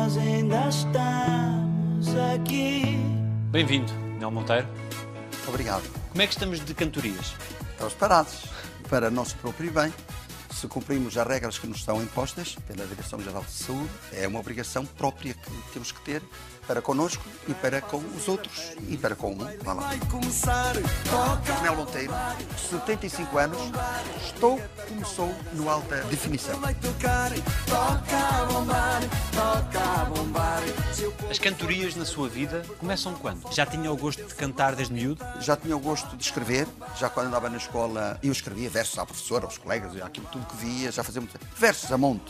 nós ainda estamos aqui. Bem-vindo, Nel Monteiro. Obrigado. Como é que estamos de cantorias? Estamos parados para nosso próprio bem. Se cumprirmos as regras que nos são impostas pela Direção-Geral de Saúde, é uma obrigação própria que temos que ter para connosco e para com os outros e para com o mundo. Vai começar, Nel Monteiro, 75 anos, estou como sou no alta definição. vai tocar, toca a bombar, toca a bombar. As cantorias na sua vida começam quando? Já tinha o gosto de cantar desde miúdo? Já tinha o gosto de escrever, já quando andava na escola eu escrevia versos à professora, aos colegas, aquilo tudo que via, já fazia muito. Versos a monte.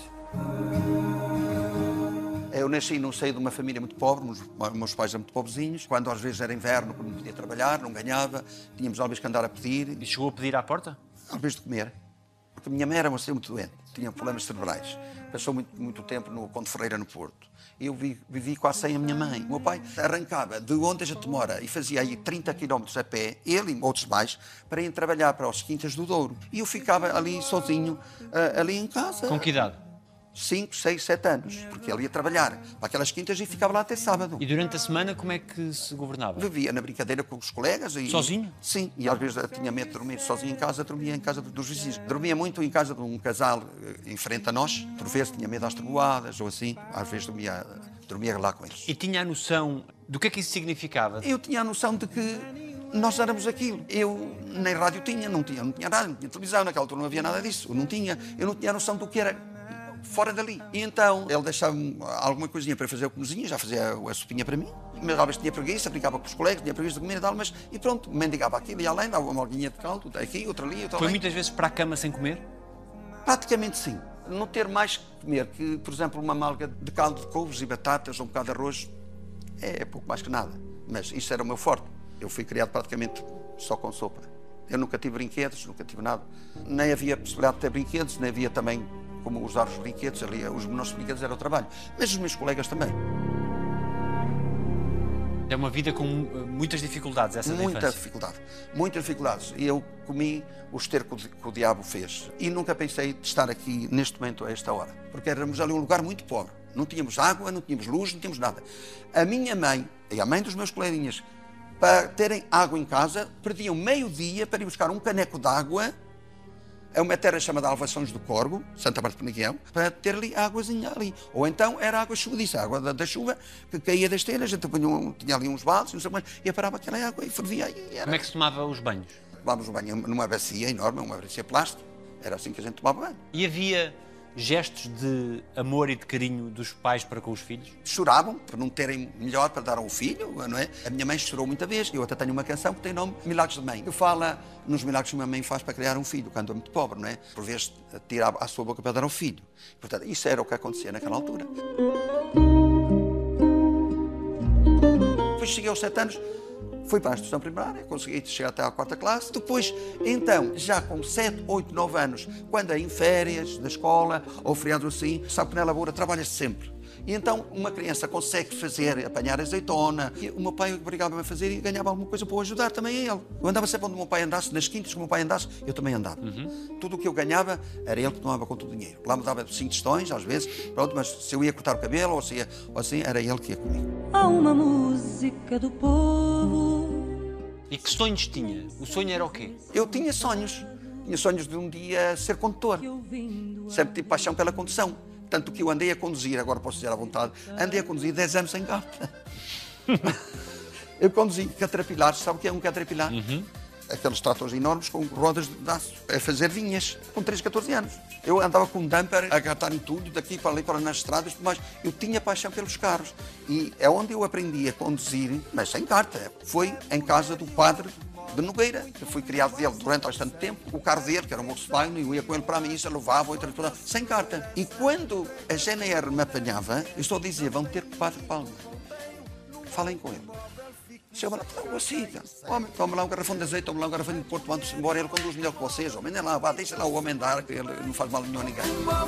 Eu nasci no seio de uma família muito pobre, meus pais eram muito pobrezinhos. Quando às vezes era inverno, não podia trabalhar, não ganhava, tínhamos às vezes que andar a pedir. E chegou a pedir à porta? Às vezes de comer. Porque a minha mãe era uma senhora muito doente, tinha problemas cerebrais. Passou muito tempo no Conde Ferreira, no Porto. Eu vivi quase sem a minha mãe. O meu pai arrancava de onde a gente mora e fazia aí 30 quilómetros a pé, ele e outros mais, para ir trabalhar para as Quintas do Douro. E eu ficava ali sozinho, ali em casa. Com que idade? 5, 6, 7 anos, porque ele ia trabalhar para aquelas quintas e ficava lá até sábado. E durante a semana como é que se governava? Vivia na brincadeira com os colegas. E, Sozinho? Sim, e às vezes tinha medo de dormir sozinho em casa, dormia em casa dos vizinhos. Dormia muito em casa de um casal em frente a nós, por vezes tinha medo às trovoadas ou assim, às vezes dormia lá com eles. E tinha a noção do que é que isso significava? Eu tinha a noção de que nós éramos aquilo. Eu nem rádio não tinha rádio, não tinha televisão, naquela altura não havia nada disso. Eu não tinha a noção do que era fora dali. E então ele deixava-me alguma coisinha para fazer a cozinha, já fazia a sopinha para mim, mas às vezes tinha preguiça, brincava com os colegas, tinha preguiça de comer e tal, mas e pronto, mendigava aquilo e além, dava uma alguinha de caldo, aqui, outra ali, outra Foi ali. muitas vezes para a cama sem comer? Praticamente sim. Não ter mais que comer que, por exemplo, uma malga de caldo de couves e batatas ou um bocado de arroz é pouco mais que nada. Mas isso era o meu forte. Eu fui criado praticamente só com sopa. Eu nunca tive brinquedos, nunca tive nada. Nem havia possibilidade de ter brinquedos, nem havia também como usar os brinquedos ali. Os nossos brinquedos era o trabalho. Mas os meus colegas também. É uma vida com muitas dificuldades, essa da Muita infância. dificuldade, muitas dificuldades. E eu comi o esterco que o diabo fez. E nunca pensei de estar aqui neste momento, a esta hora. Porque éramos ali um lugar muito pobre. Não tínhamos água, não tínhamos luz, não tínhamos nada. A minha mãe e a mãe dos meus coleguinhas, para terem água em casa, perdiam meio-dia para ir buscar um caneco de água a uma terra chamada Alvações do Corgo, Santa Marta de Penaguião, para ter ali águazinha ali. Ou então era água chuvadiça, a água da chuva que caía das telhas, a gente tinha ali uns baldes, não sei mais, e aparava aquela água e fervia aí. Como é que se tomava os banhos? Tomávamos o banho numa bacia enorme, uma bacia plástica, era assim que a gente tomava banho. E havia gestos de amor e de carinho dos pais para com os filhos? Choravam por não terem melhor para dar ao filho, não é? A minha mãe chorou muita vez. Eu até tenho uma canção que tem nome Milagres de Mãe. Eu falo nos milagres que a minha mãe faz para criar um filho, quando é muito pobre, não é? Por vezes tira a sua boca para dar ao filho. Portanto, isso era o que acontecia naquela altura. Depois cheguei aos 7 anos, fui para a instrução primária, consegui chegar até à 4ª classe. Depois, então, já com 7, 8, 9 anos, quando é em férias da escola ou feriados assim, sabe que na lavoura trabalha-se sempre. E então uma criança consegue apanhar azeitona. E o meu pai obrigava-me a fazer e ganhava alguma coisa para o ajudar também a ele. Eu andava sempre onde o meu pai andasse, nas quintas que o meu pai andasse, eu também andava. Tudo o que eu ganhava era ele que tomava conta do dinheiro. Lá me dava 5 tostões, às vezes, pronto, mas se eu ia cortar o cabelo ou assim, era ele que ia comigo. Há uma música do povo. E que sonhos tinha? O sonho era o quê? Eu tinha sonhos. Tinha sonhos de um dia ser condutor. Sempre tive paixão pela condução. Tanto que eu andei a conduzir, agora posso dizer à vontade, andei a conduzir 10 anos sem carta. Eu conduzi caterpillares, sabe o que é um caterpillar? Aqueles tratores enormes com rodas de aço, a fazer vinhas, com 13, 14 anos. Eu andava com um dumper a gatar em tudo, daqui para ali, para nas estradas, mas eu tinha paixão pelos carros. E é onde eu aprendi a conduzir, mas sem carta. Foi em casa do padre de Nogueira, que fui criado dele durante bastante tempo. O carro dele, que era um Volkswagen, eu ia com ele para a missa, levava, sem carta. E quando a GNR me apanhava, eu estou a dizer, vão ter com o padre Palma. Falem com ele. Chama lá, assim, homem, toma lá um garrafão de azeite, toma lá um garrafão de Porto, manda-se embora, ele conduz melhor que vocês, homem, nem lá, vá, deixa lá o homem andar, que ele não faz mal nenhum a ninguém.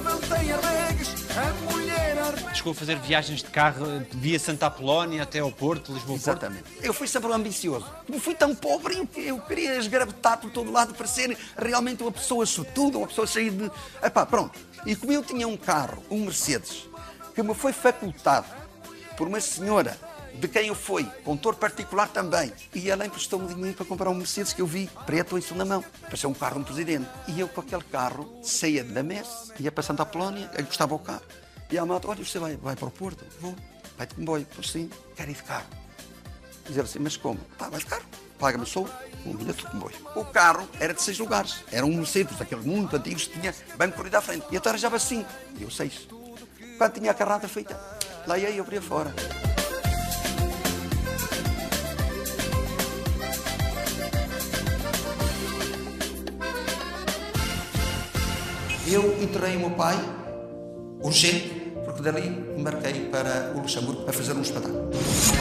Chegou a fazer viagens de carro via Santa Apolónia até ao Porto, Lisboa-Porto? Exatamente. Eu fui sempre ambicioso. Eu fui tão pobre que eu queria esgravetar por todo lado para ser realmente uma pessoa sortuda, uma pessoa cheia de... Epá, pronto. E como eu tinha um carro, um Mercedes, que me foi facultado por uma senhora de quem eu fui, condutor particular também. E ela emprestou-me dinheiro para comprar um Mercedes que eu vi, preto em segunda mão. Pareceu um carro de um presidente. E eu com aquele carro saía da messe, ia para Santa Apolónia, encostava o carro. E a malta, olha, você vai para o Porto? Vou. Vai de comboio? Pois sim, quero ir de carro. Dizer assim, mas como? Pá, vai de carro. Paga-me só um bilhete de comboio. O carro era de 6 lugares. Era um Mercedes, daqueles muito antigos, que tinha banco de corrida à frente. E então arranjava 5. E eu 6. Quando tinha a carrada feita, lá ia eu para fora. Eu enterrei o meu pai, urgente, porque dali embarquei para o Luxemburgo para fazer um espetáculo.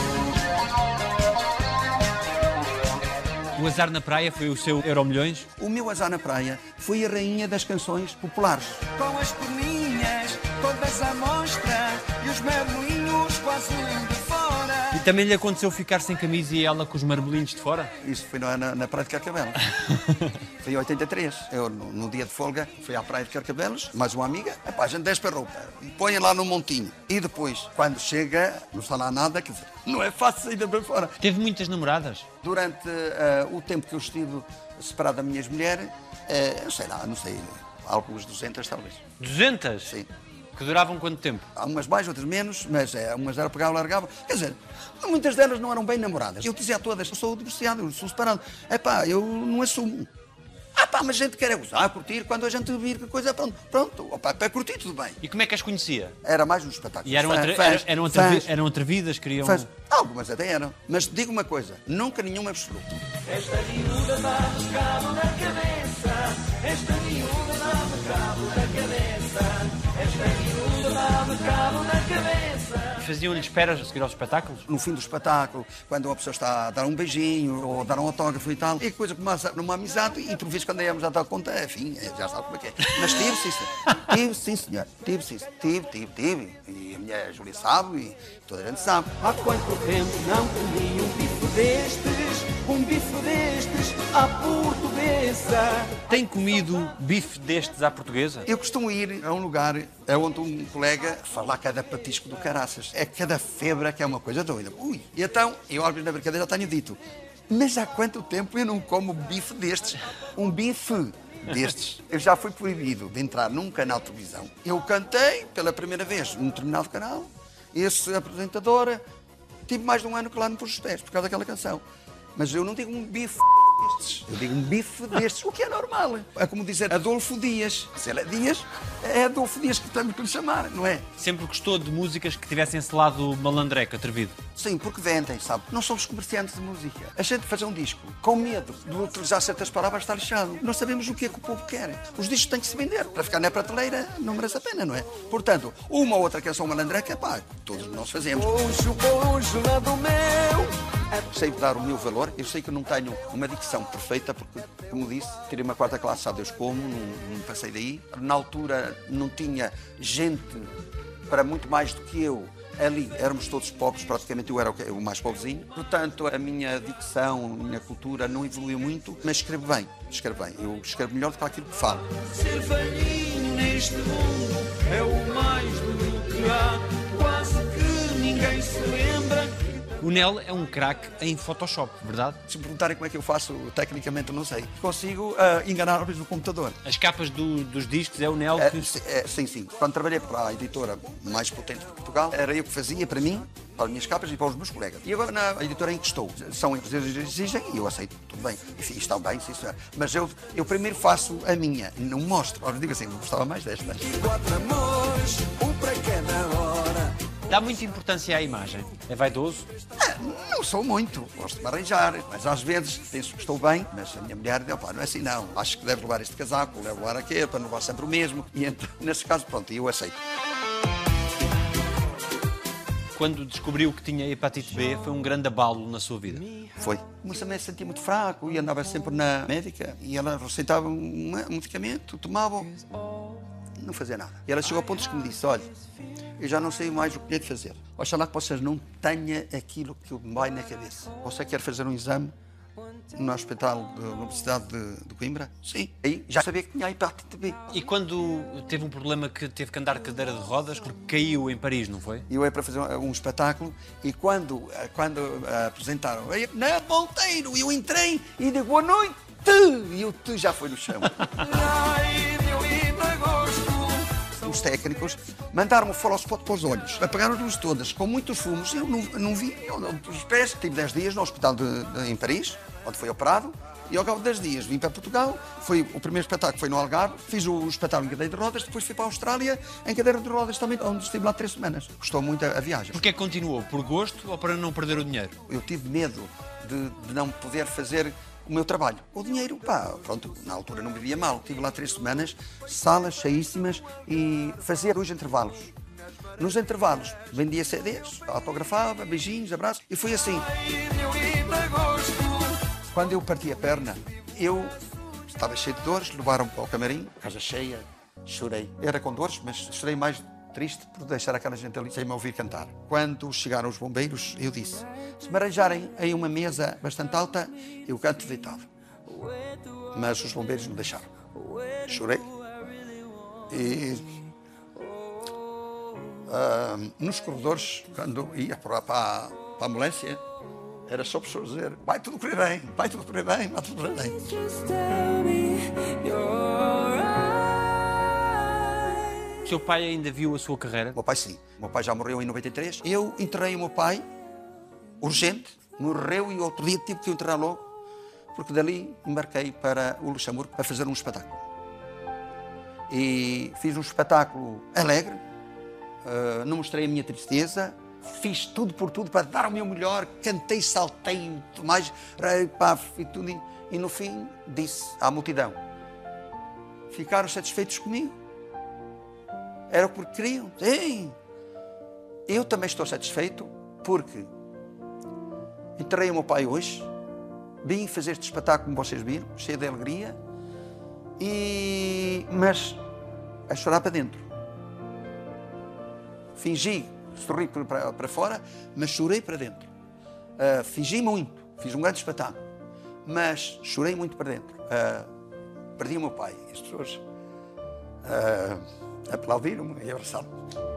O Azar na Praia foi o seu Euromilhões? O meu azar na praia foi a rainha das canções populares. Com as perninhas todas à mostra e os marmoinhos quase de fora. E também lhe aconteceu ficar sem camisa e ela com os marmelinhos de fora? Isso foi na praia de Carcavelos. Foi em 83. Eu, no dia de folga, fui à praia de Carcavelos, mais uma amiga. Epá, a gente desce para a roupa e põe lá no montinho. E depois, quando chega, não está lá nada, quer dizer, não é fácil sair para fora. Teve muitas namoradas? Durante o tempo que eu estive separado da minha mulher, sei lá, não sei, algumas 200 talvez. 200? Sim. Que duravam quanto tempo? Há umas mais, outras menos, mas umas eram pegavam, largavam. Quer dizer, muitas delas não eram bem namoradas. Eu dizia a todas, eu sou divorciado, eu sou separado. Epá, eu não assumo. Ah pá, mas a gente quer gozar, curtir, quando a gente vir que coisa, pronto, opa, para curtir tudo bem. E como é que as conhecia? Era mais um espetáculo. E eram atrevidas, queriam... Algumas até eram, mas te digo uma coisa, nunca nenhuma absoluta. Esta miúda dá-me cabo na cabeça. Esta miúda dá-me cabo na cabeça. Esta miúda dá-me cabo na cabeça. Faziam-lhe esperas a seguir aos espetáculos? No fim do espetáculo, quando uma pessoa está a dar um beijinho ou a dar um autógrafo e tal, e a coisa começa numa amizade e por vezes quando íamos a dar conta, enfim, já sabe como é que é. Mas tive, sim, senhor. Tive, sim, senhor. Tive, sim, tive. E a minha Júlia sabe e toda a gente sabe. Há quanto tempo não comi um bife destes à portuguesa. Tem comido bife destes à portuguesa? Eu costumo ir a um lugar onde um colega fala cada patisco do caraças. É cada febra que é uma coisa doida. Ui. E então, eu às vezes na brincadeira já tenho dito, mas há quanto tempo eu não como bife destes? Um bife destes. Eu já fui proibido de entrar num canal de televisão. Eu cantei pela primeira vez num determinado canal. Esse apresentador tive mais de um ano que lá não pus os pés por causa daquela canção. Mas eu não digo um bife destes, eu digo um bife destes, o que é normal. É como dizer Adolfo Dias. Se ele é Dias, é Adolfo Dias que temos que lhe chamar, não é? Sempre gostou de músicas que tivessem esse lado malandreco, atrevido? Sim, porque vendem, sabe? Não somos comerciantes de música. A gente faz um disco com medo de utilizar certas palavras está lixado. Não sabemos o que é que o povo quer. Os discos têm que se vender. Para ficar na prateleira não merece a pena, não é? Portanto, uma ou outra canção malandreca, pá, todos nós fazemos. Hoje lado meu. Sei dar o meu valor. Eu sei que não tenho uma dicção perfeita, porque, como disse, tirei uma 4ª classe, sabe Deus como, não passei daí. Na altura não tinha gente para muito mais do que eu. Ali éramos todos pobres, praticamente eu era o mais pobrezinho. Portanto, a minha dicção, a minha cultura não evoluiu muito, mas escrevo bem. Eu escrevo melhor do que aquilo que falo. Ser velhinho neste mundo é o mais duro que há. Quase que ninguém se lembra. O Nel é um craque em Photoshop, verdade? Se me perguntarem como é que eu faço, tecnicamente eu não sei. Consigo enganar no computador. As capas dos discos é o Nel que... Sim. Quando trabalhei para a editora mais potente de Portugal, era eu que fazia para mim, para as minhas capas e para os meus colegas. E agora na editora em que estou, são empresas que exigem e eu aceito, tudo bem. Enfim, está bem, sim senhor. Mas eu primeiro faço a minha, não mostro. Ora, digo assim, eu gostava mais desta. 4 amores, um para cada hora. Dá muita importância à imagem. É vaidoso? Não sou muito, gosto de me arranjar, mas às vezes penso que estou bem, mas a minha mulher diz, não é assim não, acho que deve levar este casaco, deve levar aquele, para não levar sempre o mesmo, e então, nesse caso, pronto, eu aceito. Quando descobriu que tinha hepatite B, foi um grande abalo na sua vida? Foi. Comecei a sentir muito fraco e andava sempre na médica, e ela receitava um medicamento, tomava, não fazia nada. E ela chegou a pontos que me disse, olha, eu já não sei mais o que é de fazer. Oxalá que vocês não tenham aquilo que me vai na cabeça. Você quer fazer um exame no hospital da Universidade de Coimbra. Sim, aí já sabia que tinha a hepatite B. E quando teve um problema que teve que andar de cadeira de rodas, porque caiu em Paris, não foi? Eu ia para fazer um espetáculo e quando apresentaram na Monteiro, eu entrei e digo boa noite e o tu já foi no chão. Os técnicos mandaram-me fora ao spot para os olhos, apagaram as luzes todas, com muitos fumos, eu não vi os pés. Tive 10 dias no hospital em Paris, onde fui operado, e ao cabo de 10 dias vim para Portugal, foi o primeiro espetáculo foi no Algarve, fiz o espetáculo em cadeira de rodas, depois fui para a Austrália em cadeira de rodas também, onde estive lá 3 semanas. Gostou muito a viagem. Porquê é que continuou? Por gosto ou para não perder o dinheiro? Eu tive medo de não poder fazer o meu trabalho. O dinheiro, pronto, na altura não vivia mal. Estive lá 3 semanas, salas cheíssimas e fazia 2 intervalos. Nos intervalos vendia CDs, autografava, beijinhos, abraços e foi assim. Quando eu parti a perna, eu estava cheio de dores, levaram-me para o camarim, casa cheia, chorei. Era com dores, mas chorei mais triste por deixar aquela gente ali sem me ouvir cantar. Quando chegaram os bombeiros, eu disse, se me arranjarem aí uma mesa bastante alta, eu canto deitado. Mas os bombeiros não deixaram. Chorei. E nos corredores, quando ia para a ambulância, era só pessoas dizer, vai tudo correr bem, vai tudo correr bem, vai tudo correr bem. O seu pai ainda viu a sua carreira? O meu pai sim. O meu pai já morreu em 93. Eu enterrei o meu pai, urgente, morreu e outro dia tive que o enterrar logo, porque dali embarquei para o Luxemburgo para fazer um espetáculo. E fiz um espetáculo alegre, não mostrei a minha tristeza, fiz tudo por tudo para dar o meu melhor, cantei, saltei, tudo mais, e tudo. E no fim disse à multidão, ficaram satisfeitos comigo? Era o que queriam? Sim! Eu também estou satisfeito porque enterrei o meu pai hoje, vim fazer este espetáculo como vocês viram, cheio de alegria, mas a chorar para dentro. Fingi, sorri para fora, mas chorei para dentro. Fingi muito, fiz um grande espetáculo, mas chorei muito para dentro. Perdi o meu pai. As pessoas aplaudiram-me e abraçaram-me.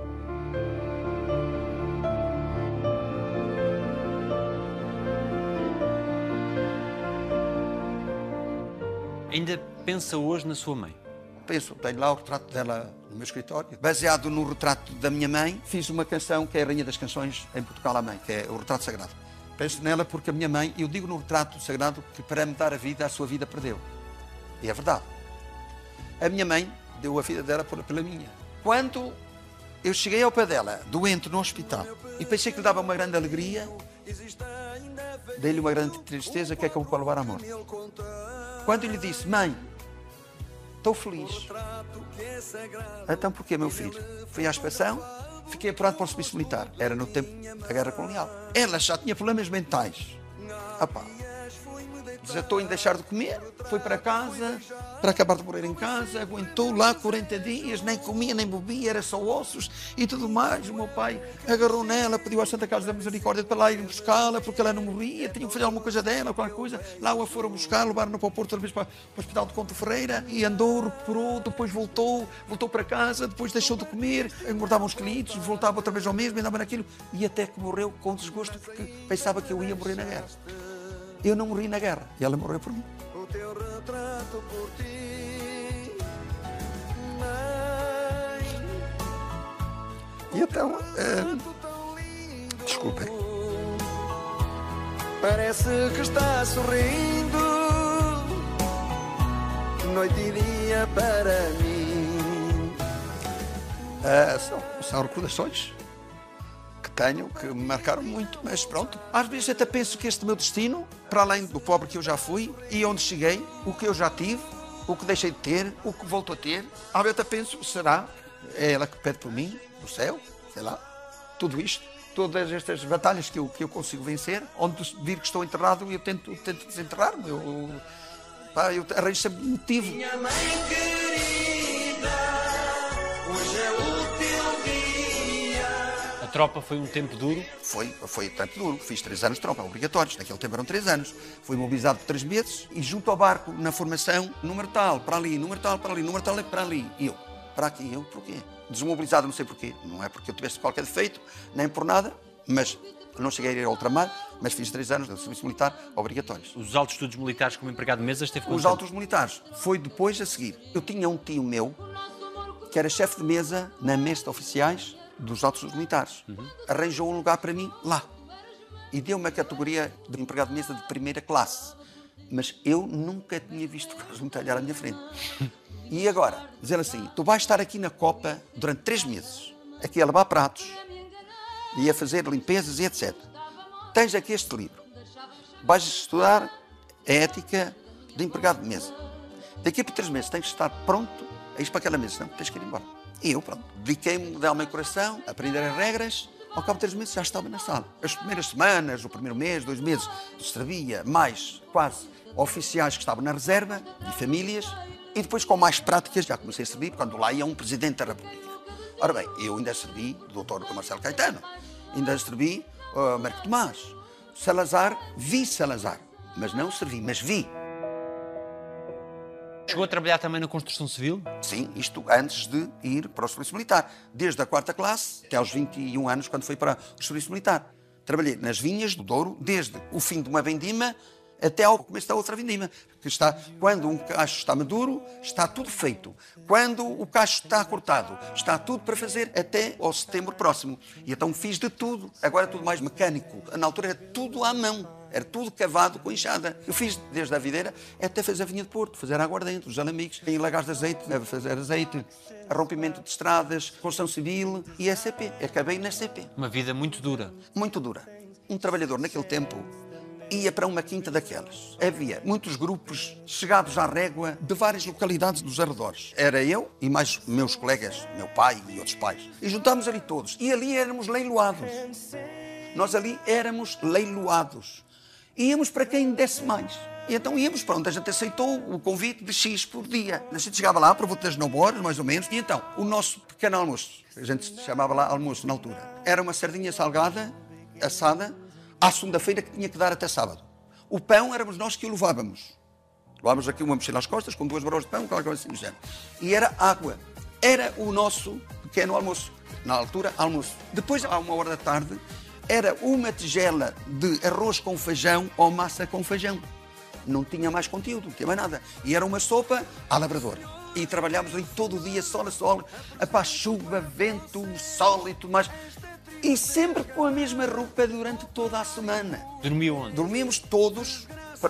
Ainda pensa hoje na sua mãe? Penso, tenho lá o retrato dela no meu escritório. Baseado no retrato da minha mãe, fiz uma canção que é a rainha das canções em Portugal à mãe, que é o Retrato Sagrado. Penso nela porque a minha mãe, eu digo no Retrato Sagrado que para me dar a vida, a sua vida perdeu. E é verdade. A minha mãe deu a vida dela pela minha. Quando eu cheguei ao pé dela, doente no hospital, e pensei que lhe dava uma grande alegria, dei-lhe uma grande tristeza, que é que eu vou levar à morte. Quando eu lhe disse, mãe, estou feliz. Então porquê, meu filho? Fui à inspeção, fiquei apurado para o serviço militar. Era no tempo da guerra colonial. Ela já tinha problemas mentais. Desatou em deixar de comer, foi para casa, para acabar de morrer em casa, aguentou lá 40 dias, nem comia, nem bebia, era só ossos e tudo mais. O meu pai agarrou nela, pediu à Santa Casa da Misericórdia para lá ir buscá-la, porque ela não morria, tinha que fazer alguma coisa dela, qualquer coisa. Lá o foram buscar, levaram-no para o Porto, outra vez para o Hospital de Conto Ferreira, e andou, recuperou, depois voltou para casa, depois deixou de comer, engordava uns quilos, voltava outra vez ao mesmo, andava naquilo, e até que morreu com desgosto, porque pensava que eu ia morrer na guerra. Eu não morri na guerra, e ela morreu por mim. O teu retrato por ti, mãe. E então, desculpem. Parece que está sorrindo, noite e dia para mim. São recordações tenho, que me marcaram muito, mas pronto. Às vezes até penso que este meu destino, para além do pobre que eu já fui e onde cheguei, o que eu já tive, o que deixei de ter, o que volto a ter, às vezes até penso, será? É ela que pede por mim, no céu, sei lá, tudo isto, todas estas batalhas que eu consigo vencer, onde vir que estou enterrado, eu tento desenterrar-me, eu arranjo sempre motivo. Minha mãe querida, hoje é o teu dia. tropa foi um tempo duro. Foi tempo duro. Fiz 3 anos de tropa, obrigatórios. Naquele tempo eram 3 anos. Fui mobilizado por 3 meses e junto ao barco, na formação, número tal, para ali, número tal, para ali, número tal, para ali. E eu, para aqui, eu, porquê? Desmobilizado, não sei porquê. Não é porque eu tivesse qualquer defeito, nem por nada, mas não cheguei a ir ao ultramar, mas fiz 3 anos de serviço militar obrigatórios. Os altos estudos militares como empregado de mesa esteve com Os altos militares. Foi depois a seguir. Eu tinha um tio meu que era chefe de mesa na mesa de oficiais dos altos estudos militares. Arranjou um lugar para mim lá. E deu-me a categoria de empregado de mesa de primeira classe. Mas eu nunca tinha visto o Carlos Metalhar à minha frente. E agora, dizer assim, tu vais estar aqui na Copa durante 3 meses, aqui a lavar pratos e a fazer limpezas e etc. Tens aqui este livro. Vais estudar a ética de empregado de mesa. Daqui por 3 meses tens que estar pronto a ir para aquela mesa, senão tens que ir embora. E eu, pronto, dediquei-me de alma e coração a aprender as regras. Ao cabo de 3 meses já estava na sala. As primeiras semanas, o primeiro mês, 2 meses, servia mais quase oficiais que estavam na reserva e famílias. E depois, com mais práticas, já comecei a servir quando lá ia um Presidente da República. Ora bem, eu ainda servi o Dr. Marcelo Caetano, ainda servi Marco Tomás, Salazar, vi Salazar, mas não servi, mas vi. Chegou a trabalhar também na construção civil? Sim, isto antes de ir para o serviço militar. Desde a 4ª classe até aos 21 anos, quando fui para o serviço militar. Trabalhei nas vinhas do Douro, desde o fim de uma vendima até ao começo da outra vindima. Que está, quando um cacho está maduro, está tudo feito. Quando o cacho está cortado, está tudo para fazer até ao setembro próximo. E então fiz de tudo. Agora é tudo mais mecânico. Na altura era tudo à mão. Era tudo cavado com enxada. Eu fiz desde a videira até fazer a vinha de Porto, fazer aguardente, os alambiques, em lagares de azeite, a fazer azeite, rompimento de estradas, construção civil e a CP. Acabei na CP. Uma vida muito dura. Muito dura. Um trabalhador naquele tempo ia para uma quinta daquelas. Havia muitos grupos chegados à régua de várias localidades dos arredores. Era eu e mais meus colegas, meu pai e outros pais. E juntámos ali todos. E ali éramos leiloados. Nós ali éramos leiloados. Íamos para quem desse mais. E então íamos, pronto, a gente aceitou o convite de X por dia. A gente chegava lá por volta das 9 horas, mais ou menos. E então, o nosso pequeno almoço, a gente chamava lá almoço na altura, era uma sardinha salgada, assada, à segunda-feira, que tinha que dar até sábado. O pão éramos nós que o levávamos. Levávamos aqui uma mochila às costas, com 2 barões de pão, qualquer coisa assim do género. E era água. Era o nosso pequeno almoço. Na altura, almoço. Depois, à 1 hora da tarde, era uma tigela de arroz com feijão ou massa com feijão. Não tinha mais conteúdo, não tinha mais nada. E era uma sopa à labrador. E trabalhávamos ali todo o dia, sol a sol, a chuva, vento, sol e tudo mais. E sempre com a mesma roupa durante toda a semana. Dormiu onde? Dormíamos todos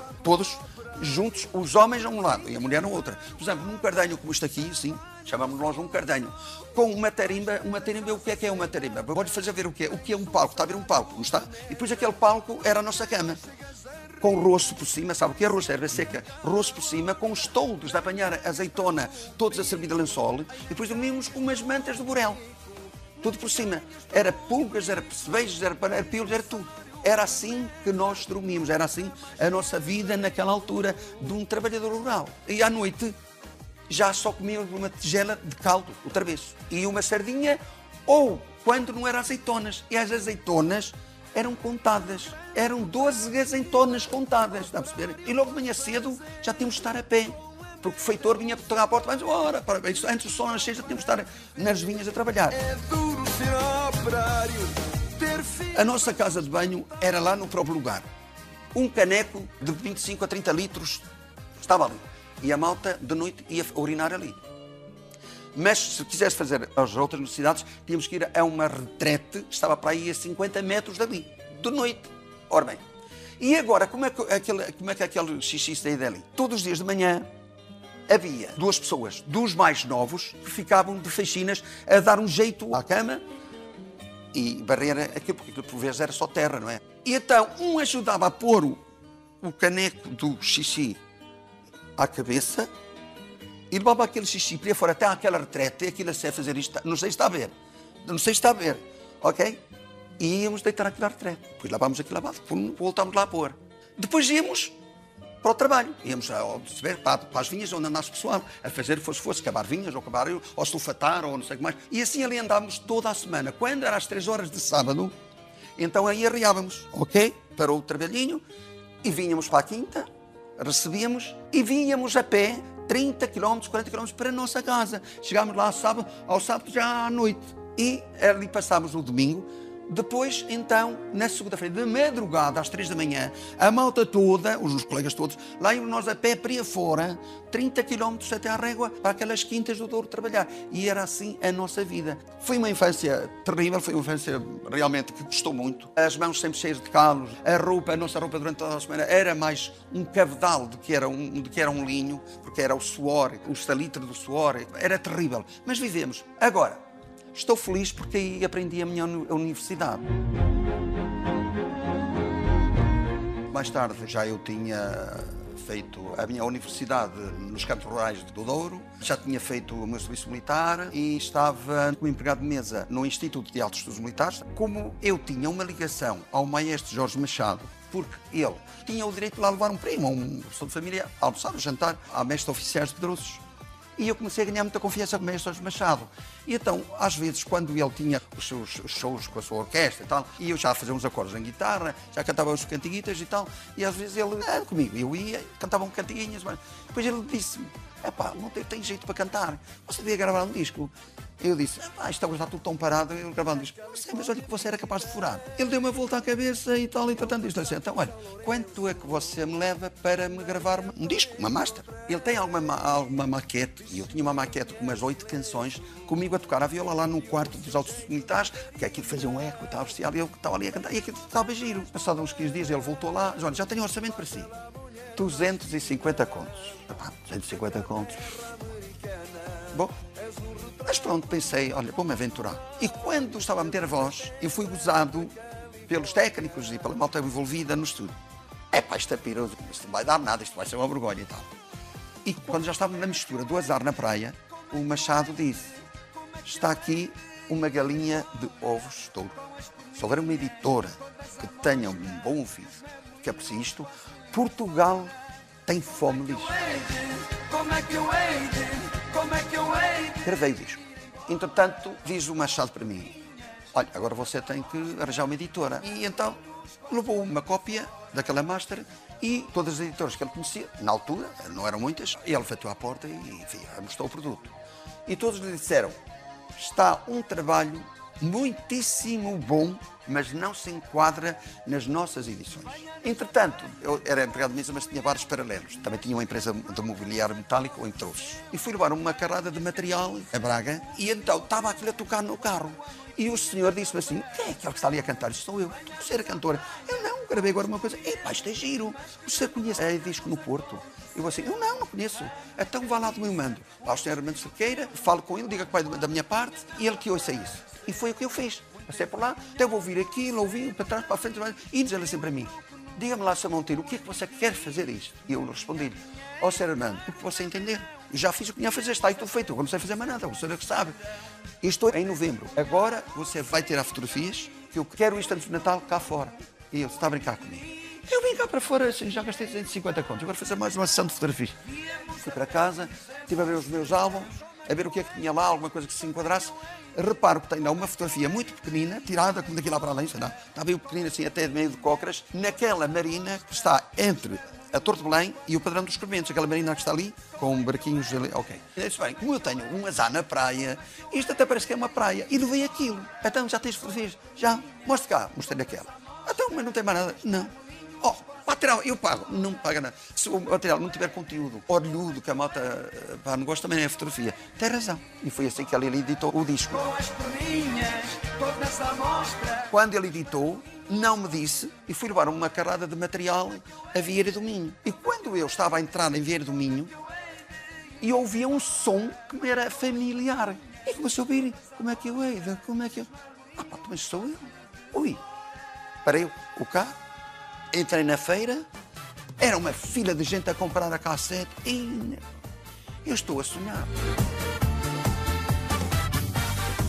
juntos, os homens a um lado e a mulher no outro. Por exemplo, num cardanho como este aqui, sim, chamamos nós um cardanho, com uma tarimba, o que é uma tarimba? Vou-lhe fazer ver o que é um palco, está a ver um palco, não está? E depois aquele palco era a nossa cama, com roço por cima, sabe o que é roço? Erva seca, roço por cima, com os toldos de apanhar azeitona, todos a servir de lençol, e depois dormíamos com umas mantas de burel. Tudo por cima. Era pulgas, era percevejos, era pilos, era tudo. Era assim que nós dormíamos, era assim a nossa vida naquela altura de um trabalhador rural. E à noite já só comíamos uma tigela de caldo, outra vez. E uma sardinha, ou quando não eram azeitonas. E as azeitonas eram contadas. Eram 12 azeitonas contadas, está a perceber? E logo de manhã cedo já tínhamos de estar a pé. Porque o feitor vinha para tocar a porta, mas ora, antes do sol nascer já tínhamos de estar nas vinhas a trabalhar. É duro ser operário, ter filho. A nossa casa de banho era lá no próprio lugar. Um caneco de 25 a 30 litros estava ali. E a malta de noite ia urinar ali. Mas se quisesse fazer as outras necessidades, tínhamos que ir a uma retrete, estava para aí a 50 metros dali, de noite. Ora bem, e agora, como é que aquele xixi saía dali? Todos os dias de manhã, havia 2 pessoas, dos mais novos, que ficavam de faxinas a dar um jeito à cama e barrer aquilo, porque aquilo por vezes era só terra, não é? E então, um ajudava a pôr o caneco do xixi à cabeça e levava aquele xixi para fora até àquela retrete, e aquilo a fazer isto, não sei se está a ver, ok? E íamos deitar aquilo à retrete, depois lavámos aquilo lavado, voltámos lá a pôr. Depois íamos para o trabalho. Íamos para as vinhas onde andasse o pessoal, a fazer fosse cavar vinhas, ou cavar, ou sulfatar, ou não sei o que mais. E assim ali andávamos toda a semana. Quando era às 3 horas de sábado, então aí arriávamos, ok? Para o trabalhinho, e vinhamos para a quinta, recebíamos, e vinhamos a pé 30 km, 40 km para a nossa casa. Chegámos lá ao sábado já à noite. E ali passámos o domingo. Depois, então, na segunda-feira, de madrugada, às 3 da manhã, a malta toda, os colegas todos, lá íamos nós a pé para aí fora, 30 km até à Régua, para aquelas quintas do Douro trabalhar. E era assim a nossa vida. Foi uma infância terrível, foi uma infância realmente que custou muito. As mãos sempre cheias de calos, a nossa roupa durante toda a semana era mais um cabedal do que era um linho, porque era o suor, o salitre do suor, era terrível. Mas vivemos. Agora, estou feliz porque aí aprendi a minha universidade. Mais tarde já eu tinha feito a minha universidade nos Campos Rurais do Douro, já tinha feito o meu serviço militar e estava como empregado de mesa no Instituto de Altos Estudos Militares. Como eu tinha uma ligação ao maestro Jorge Machado, porque ele tinha o direito de lá levar um primo, um pessoa de família, a almoçar, a jantar, a mestres oficiais de Pedrosos. E eu comecei a ganhar muita confiança com o maestro Jorge Machado. E então, às vezes, quando ele tinha os seus shows com a sua orquestra e tal, e eu já fazia uns acordes em guitarra, já cantava uns cantiguitas e tal, e às vezes ele era comigo, eu ia, cantava um cantiguinhas, mas depois ele disse-me, epá, não tem jeito para cantar, você devia gravar um disco. Eu disse, isto agora está tudo tão parado, eu gravar um disco. Não sei, mas olha que você era capaz de furar. Ele deu uma volta à cabeça e tal, e portanto, isto assim, então, olha, quanto é que você me leva para me gravar um disco, uma master? Ele tem alguma maquete, e eu tinha uma maquete com umas 8 canções, comigo a tocar a viola lá no quarto dos Altos Militares, que aquilo fazia um eco e tal, e eu estava ali a cantar, e aquilo estava giro. Passado uns 15 dias ele voltou lá, olha, já tenho orçamento para si. 250 contos. 250 contos. Bom, mas pronto, pensei, olha, vou-me aventurar. E quando estava a meter a voz, eu fui gozado pelos técnicos e pela malta envolvida no estúdio. Epá, isto é piroso, isto não vai dar nada, isto vai ser uma vergonha e tal. E quando já estávamos na mistura do azar na praia, o Machado disse, está aqui uma galinha de ovos de ouro. Se houver uma editora que tenha um bom ouvido, que aprecie isto, Portugal tem fome disto. Gravei o disco. Entretanto, diz o Machado para mim, olha, agora você tem que arranjar uma editora. E então levou uma cópia daquela master e todas as editoras que ele conhecia, na altura, não eram muitas, e ele bateu à porta e enfim, mostrou o produto. E todos lhe disseram, está um trabalho muitíssimo bom, mas não se enquadra nas nossas edições. Entretanto, eu era empregado de mesa, mas tinha vários paralelos. Também tinha uma empresa de mobiliário metálico em Trouxas. E fui levar uma carrada de material a Braga e então estava aquilo a tocar no carro. E o senhor disse-me assim, quem é aquele que está ali a cantar? Isto sou eu. Você era cantora? Eu não, gravei agora uma coisa. Epá, isto é giro. Você conhece a disco no Porto? Eu assim, eu não conheço. Então vá lá do meu mando. Lá o senhor Armando Cerqueira, falo com ele, diga que vai da minha parte e ele que ouça isso. E foi o que eu fiz. Passei por lá, até vou ouvir aquilo, ouvi para trás, para a frente, e diz ele assim para mim, diga-me lá, Sr. Monteiro, o que é que você quer fazer isto? E eu respondi-lhe, ó Sr. Armando, o que você entender? Eu já fiz o que tinha a fazer, está aí tudo feito, eu comecei a fazer mais nada, o senhor é que sabe. E estou em novembro. Agora você vai tirar fotografias, que eu quero isto antes de Natal cá fora. E ele está a brincar comigo. Eu vim cá para fora, assim, já gastei 250 contos, agora vou fazer mais uma sessão de fotografias. Fui para casa, estive a ver os meus álbuns, a ver o que é que tinha lá, alguma coisa que se enquadrasse. Reparo que tem lá uma fotografia muito pequenina, tirada como daqui lá para além, sei lá, está bem pequenina assim, até de meio de cócoras, naquela marina que está entre a Torre de Belém e o Padrão dos Escorpiões, aquela marina que está ali, com barquinhos ali, ok. E disse, bem, como eu tenho um azar na praia, isto até parece que é uma praia, e levei aquilo. Então, já tens fotografias? Já, mostra cá, mostrei-lhe aquela. Então, mas não tem mais nada? Não. Oh, material, eu pago, não paga nada. Se o material não tiver conteúdo orlhudo, que a malta não gosta, também é a fotografia. Tem razão. E foi assim que ele editou o disco. Quando ele editou, não me disse, e fui levar uma carrada de material a Vieira do Minho. E quando eu estava a entrar em Vieira do Minho, eu ouvia um som que me era familiar. E comecei a ouvir, como é que eu hei? Como é que eu... Ah pá, mas sou eu. Ui, parei o carro. Entrei na feira, era uma fila de gente a comprar a cassete e eu estou a sonhar.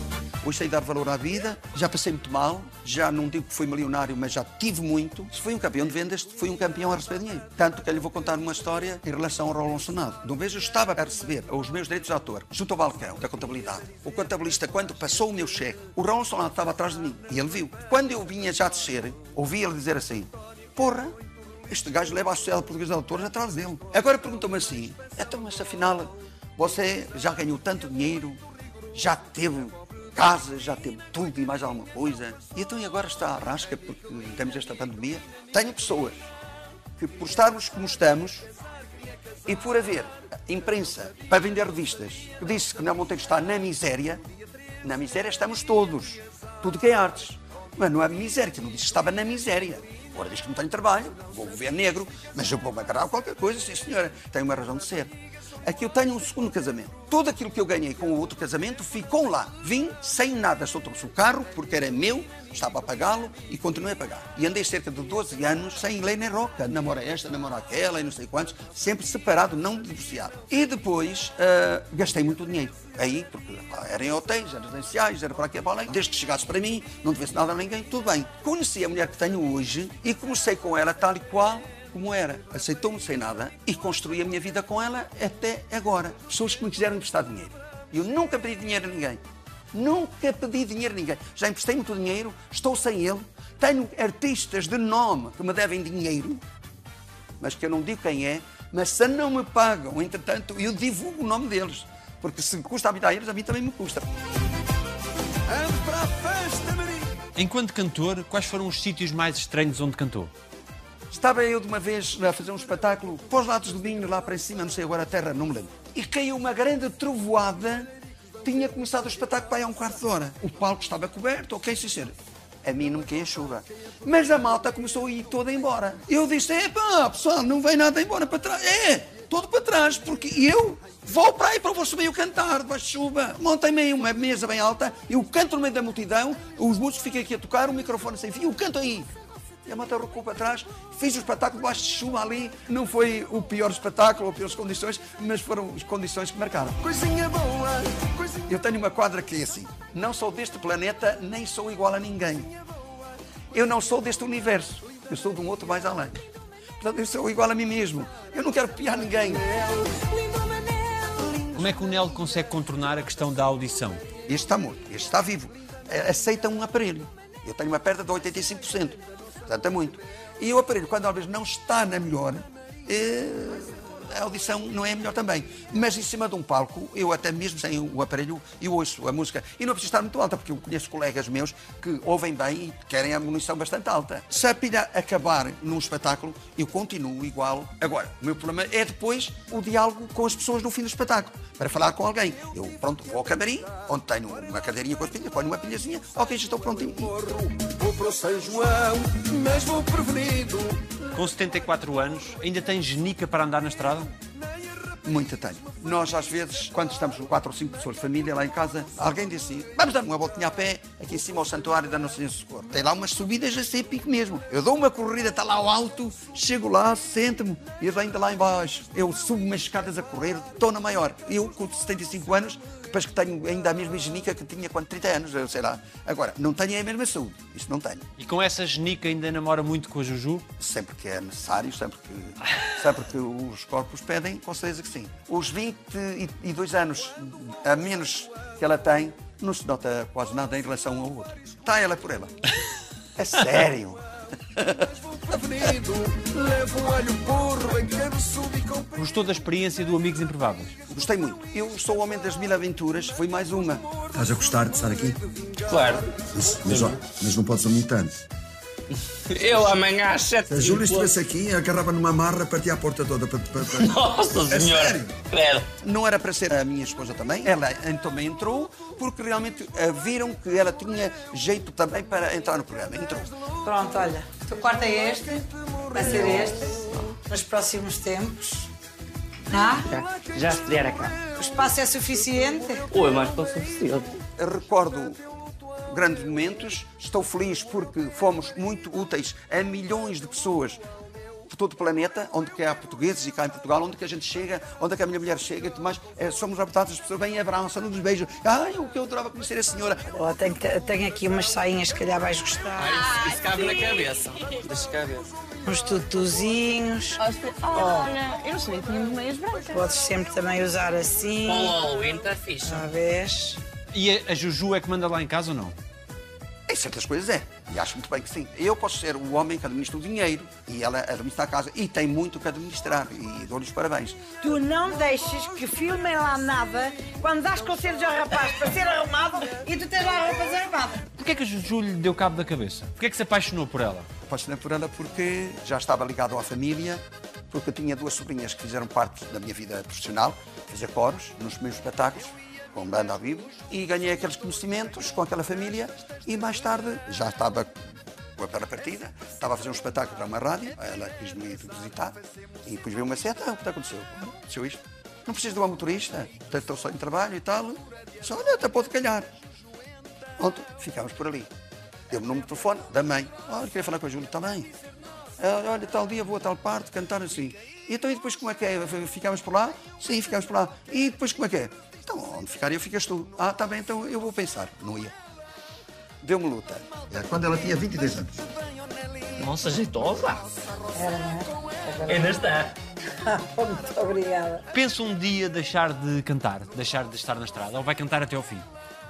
Hoje sei dar valor à vida, já passei muito mal, já não digo que fui milionário, mas já tive muito. Se fui um campeão de vendas, fui um campeão a receber dinheiro. Tanto que eu lhe vou contar uma história em relação ao Rolão Sonado. De uma vez eu estava a receber os meus direitos de autor junto ao balcão da contabilidade. O contabilista, quando passou o meu cheque, o Rolão Sonado estava atrás de mim e ele viu. Quando eu vinha já descer, ouvi ele dizer assim: porra, este gajo leva a Sociedade Portuguesa de Autores atrás dele. Agora pergunta-me assim: então, mas afinal, você já ganhou tanto dinheiro, já teve casa, já teve tudo e mais alguma coisa, e então e agora está à rasca porque temos esta pandemia? Tenho pessoas que, por estarmos como estamos e por haver imprensa para vender revistas, que disse que não vão ter que estar na miséria estamos todos, tudo que é artes. Mas não é miséria, que não disse que estava na miséria. Agora diz que não tenho trabalho, vou viver negro, mas eu vou-me agarrar a qualquer coisa, sim senhora, tem uma razão de ser. Aqui eu tenho um segundo casamento. Tudo aquilo que eu ganhei com o outro casamento ficou lá. Vim sem nada, só trouxe o carro, porque era meu, estava a pagá-lo e continuei a pagar. E andei cerca de 12 anos sem lei nem roca. Namora esta, namora aquela e não sei quantos, sempre separado, não divorciado. E depois gastei muito dinheiro. Aí, porque era em hotéis, era residenciais, era para aqui e para além. Desde que chegasse para mim, não devesse nada a ninguém, tudo bem. Conheci a mulher que tenho hoje e comecei com ela tal e qual como era. Aceitou-me sem nada e construí a minha vida com ela até agora. Pessoas que me quiseram emprestar dinheiro. Eu nunca pedi dinheiro a ninguém. Nunca pedi dinheiro a ninguém. Já emprestei muito dinheiro, estou sem ele. Tenho artistas de nome que me devem dinheiro, mas que eu não digo quem é, mas se não me pagam, entretanto, eu divulgo o nome deles. Porque se custa a vida a eles, a mim também me custa. Vamos para a festa, Maria! Enquanto cantor, quais foram os sítios mais estranhos onde cantou? Estava eu de uma vez a fazer um espetáculo para os lados do Minho, lá para cima, não sei agora a terra, não me lembro. E caiu uma grande trovoada, tinha começado o espetáculo para aí há um quarto de hora. O palco estava coberto, ok, sim senhor. A mim não me caiu a chuva. Mas a malta começou a ir toda embora. Eu disse: epá, pessoal, não vem nada embora para trás. Todo para trás, porque eu vou para aí para você meio cantar debaixo de chuva. Montem-me aí uma mesa bem alta, eu canto no meio da multidão, os músicos ficam aqui a tocar, o microfone sem fio, eu canto aí. E a malta recuou para trás, fiz o espetáculo debaixo de chuva ali. Não foi o pior espetáculo ou piores condições, mas foram as condições que marcaram. Coisinha boa, coisinha... Eu tenho uma quadra que é assim: não sou deste planeta, nem sou igual a ninguém. Eu não sou deste universo, eu sou de um outro mais além. Portanto, eu sou igual a mim mesmo. Eu não quero copiar ninguém. Como é que o Nelo consegue contornar a questão da audição? Este está morto, este está vivo. Aceita um aparelho. Eu tenho uma perda de 85%. Portanto, é muito. E o aparelho, quando às vezes não está na melhor, a audição não é a melhor também. Mas em cima de um palco, eu até mesmo sem o aparelho, eu ouço a música. E não precisa estar muito alta, porque eu conheço colegas meus que ouvem bem e querem a munição bastante alta. Se a pilha acabar num espetáculo, eu continuo igual. Agora, o meu problema é depois o diálogo com as pessoas no fim do espetáculo, para falar com alguém. Eu, pronto, vou ao camarim, onde tenho uma cadeirinha com as pilhas, ponho uma pilhazinha, ok, já estou pronto. Vou para o São João, mas vou prevenido. Com 74 anos, ainda tem genica para andar na estrada? Muita tenho. Nós, às vezes, quando estamos 4 ou 5 pessoas de família lá em casa, alguém diz assim: vamos dar uma voltinha a pé aqui em cima ao Santuário da Nossa Senhora do Socorro. Tem lá umas subidas a ser pico mesmo. Eu dou uma corrida, está lá ao alto, chego lá, sento-me e ele ainda lá embaixo. Eu subo umas escadas a correr, estou na maior. Eu, com 75 anos, depois que tenho ainda a mesma genica que tinha quando 30 anos, eu sei lá. Agora, não tenho a mesma saúde, isso não tenho. E com essa genica ainda namora muito com a Juju? Sempre que é necessário, sempre que os corpos pedem, com certeza que sim. Os 22 anos a menos que ela tem, não se nota quase nada em relação ao outro. Está ela por ela. É sério. Gostou da experiência do Amigos Improváveis? Gostei muito. Eu sou o homem das 1000 aventuras, foi mais uma. Estás a gostar de estar aqui? Claro. Mas não podes dormir tanto. Eu amanhã às 7 Se a Júlia estivesse aqui, agarrava numa marra, partia a porta toda para... Nossa Senhora! sério? Credo. Não era para ser a minha esposa também. Ela também entrou, porque realmente viram que ela tinha jeito também para entrar no programa. Entrou. Pronto, olha, o teu quarto é este, vai ser este, nos próximos tempos. Não? Já estrear a cá. O espaço é suficiente? Ou é mais para o suficiente. Recordo grandes momentos, estou feliz porque fomos muito úteis a milhões de pessoas por todo o planeta, onde que há portugueses e cá em Portugal, onde que a gente chega, onde que a minha mulher chega e tudo mais, somos abraçados, as pessoas vêm e abraçam, nos beijam. Ai, o que eu adorava conhecer a senhora. Oh, tenho aqui umas sainhas, se calhar vais gostar. Isso cabe na cabeça. Deixa cabeça. Uns tutuzinhos. Olha, eu não sabia que tínhamos meias brancas. Podes sempre também usar assim. Com o Halloween está fixe. Já vês? E a Juju é que manda lá em casa ou não? Em certas coisas é, e acho muito bem que sim. Eu posso ser o homem que administra o dinheiro e ela administra a casa e tem muito que administrar e dou-lhe os parabéns. Tu não deixes que filmem lá nada quando dás conselhos ao rapaz para ser arrumado e tu tens lá a roupa desarrumada. Porquê é que a Juju lhe deu cabo da cabeça? Porquê é que se apaixonou por ela? Apaixonei por ela porque já estava ligado à família, porque eu tinha 2 sobrinhas que fizeram parte da minha vida profissional, fazer coros nos meus espetáculos, com banda ao vivo, e ganhei aqueles conhecimentos com aquela família e mais tarde já estava com a perna partida, estava a fazer um espetáculo para uma rádio, ela quis-me visitar e depois veio uma seta, o que aconteceu? Aconteceu isto. Não preciso de uma motorista, estou só em trabalho e tal, só olha, até pode calhar. Ontem ficámos por ali. Deu-me o número de telefone da mãe. Olha, queria falar com a Júlia também. Olha, tal dia vou a tal parte cantar assim. E então, e depois como é que é? Ficámos por lá? Sim, ficámos por lá. E depois como é que é? Então, onde ficar eu, ficas tu. Ah, está bem, então eu vou pensar. Não ia. Deu-me luta. Quando ela tinha 22 anos. Nossa, jeitosa. Era, não é? Ainda está. Muito obrigada. Pensa um dia deixar de cantar, deixar de estar na estrada, ou vai cantar até ao fim?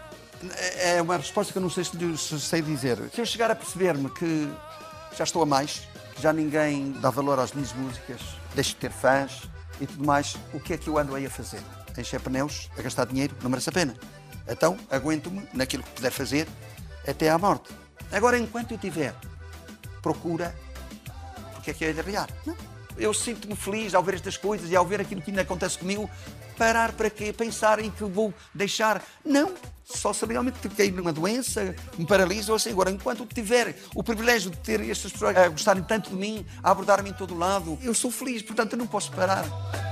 É uma resposta que eu não sei se sei dizer. Se eu chegar a perceber-me que já estou a mais, que já ninguém dá valor às minhas músicas, deixo de ter fãs e tudo mais, o que é que eu ando aí a fazer? A encher pneus, a gastar dinheiro, não merece a pena. Então, aguento-me naquilo que puder fazer até à morte. Agora, enquanto eu tiver procura, porque é que eu hei de arriar? Não. Eu sinto-me feliz ao ver estas coisas e ao ver aquilo que ainda acontece comigo. Parar para quê? Pensar em que vou deixar? Não. Só se realmente cair numa doença, me paralisa ou assim. Agora, enquanto tiver o privilégio de ter estas pessoas a gostarem tanto de mim, a abordar-me em todo lado, eu sou feliz, portanto eu não posso parar.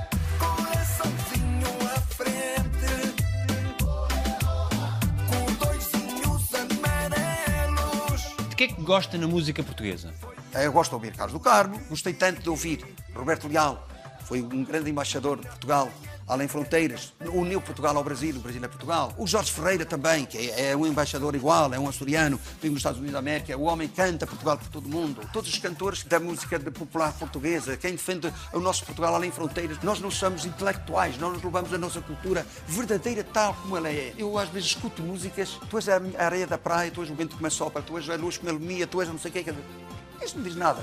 De que é que gosta na música portuguesa? Eu gosto de ouvir Carlos do Carmo, gostei tanto de ouvir Roberto Leal, foi um grande embaixador de Portugal, além fronteiras, uniu Portugal ao Brasil, o Brasil é Portugal. O Jorge Ferreira também, que é um embaixador igual, é um açoriano, vive nos Estados Unidos da América, o homem canta Portugal por todo o mundo. Todos os cantores da música popular portuguesa, quem defende o nosso Portugal além fronteiras, nós não somos intelectuais, nós nos levamos a nossa cultura verdadeira tal como ela é. Eu às vezes escuto músicas, tu és a areia da praia, tu és o vento que me sopra, tu és a luz que me ilumina, tu és não sei o que. Isso não diz nada.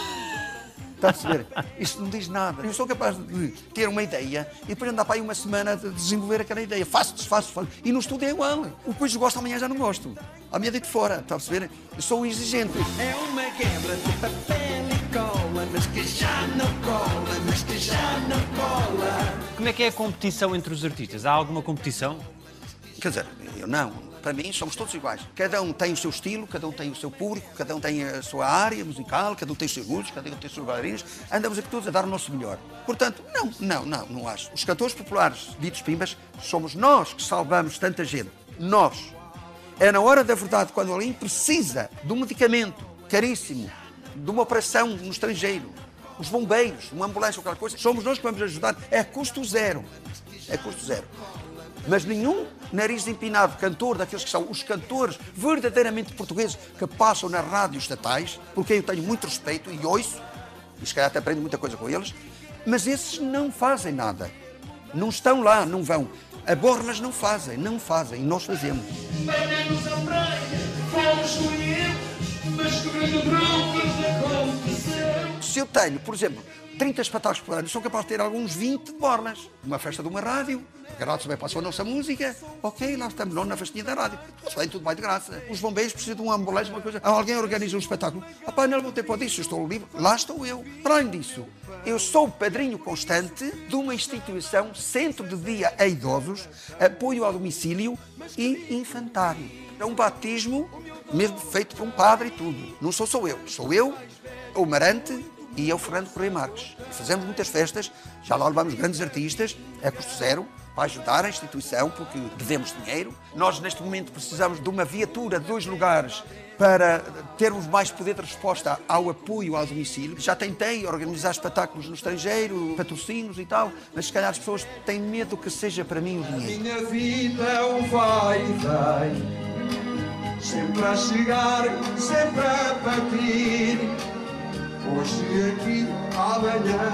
Está a perceber? Isto não diz nada. Eu sou capaz de ter uma ideia e depois andar para aí uma semana de desenvolver aquela ideia. Faço. E no estudo é igual. O que hoje gosto, amanhã já não gosto. Amanhã deito fora. Está a perceber? Eu sou exigente. É uma quebra de papel e cola, mas que já não cola, mas que já não cola. Como é que é a competição entre os artistas? Há alguma competição? Quer dizer, eu não. Para mim, somos todos iguais. Cada um tem o seu estilo, cada um tem o seu público, cada um tem a sua área musical, cada um tem os seus gostos, cada um tem os seus bailarinos. Andamos aqui todos a dar o nosso melhor. Portanto, não acho. Os cantores populares, ditos pimbas, somos nós que salvamos tanta gente. Nós. É na hora da verdade, quando alguém precisa de um medicamento caríssimo, de uma operação no estrangeiro, os bombeiros, uma ambulância ou qualquer coisa, somos nós que vamos ajudar. É custo zero. É custo zero. Mas nenhum nariz empinado cantor, daqueles que são os cantores verdadeiramente portugueses que passam nas rádios estatais, porque eu tenho muito respeito e ouço, e se calhar até aprendo muita coisa com eles, mas esses não fazem nada. Não estão lá, não vão. A Borlas não fazem, e nós fazemos. Venhamos à praia, fomos escolhidos, mas que grande bronca aconteceu. Se eu tenho, por exemplo, 30 espetáculos por ano, sou capaz de ter alguns 20 de Borlas. Uma festa de uma rádio, a rádio também passou a nossa música, ok, lá estamos nós na festinha da rádio. Tudo vai de graça. Os bombeiros precisam de uma ambulância, uma coisa. Alguém organiza um espetáculo. Não vou ter para isso, eu estou livre. Lá estou eu. Para além disso, eu sou padrinho constante de uma instituição, Centro de Dia a Idosos, apoio ao domicílio e infantário. É um batismo mesmo feito por um padre e tudo. Não sou só eu. Sou eu, o Marante e eu, Fernando Correia Marques. Fazemos muitas festas, já lá levamos grandes artistas, é custo zero, para ajudar a instituição, porque devemos dinheiro. Nós, neste momento, precisamos de uma viatura de 2 lugares para termos mais poder de resposta ao apoio ao domicílio. Já tentei organizar espetáculos no estrangeiro, patrocínios e tal, mas se calhar as pessoas têm medo que seja para mim o dinheiro. Minha vida é um vai e vem, sempre a chegar, sempre a partir. Hoje aqui, amanhã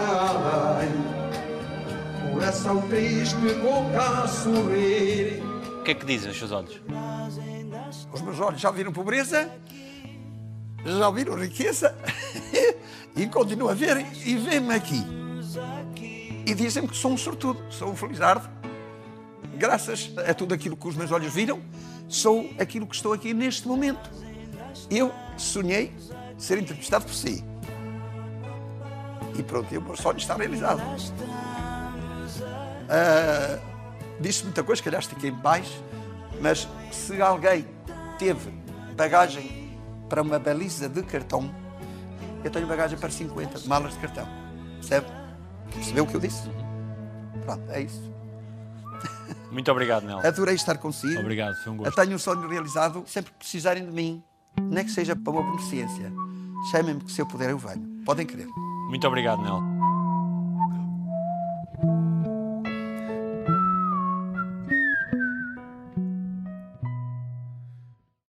além, coração triste, boca a sorrir. O que é que dizem os seus olhos? Os meus olhos já viram pobreza, já viram riqueza e continuam a ver e vêem-me aqui. E dizem-me que sou um sortudo, sou um felizardo. Graças a tudo aquilo que os meus olhos viram, sou aquilo que estou aqui neste momento. Eu sonhei ser entrevistado por si. E pronto, o meu sonho está realizado. Disse muita coisa, calhar estiquei mais, mas se alguém teve bagagem para uma baliza de cartão, eu tenho bagagem para 50 malas de cartão. Percebe? Percebeu o que eu disse? Pronto, é isso. Muito obrigado, Nel. Adorei estar consigo. Obrigado, foi um gosto. Eu tenho um sonho realizado. Sempre que precisarem de mim, nem que seja para uma beneficência, chamem-me que se eu puder eu venho. Podem crer. Muito obrigado, Nel.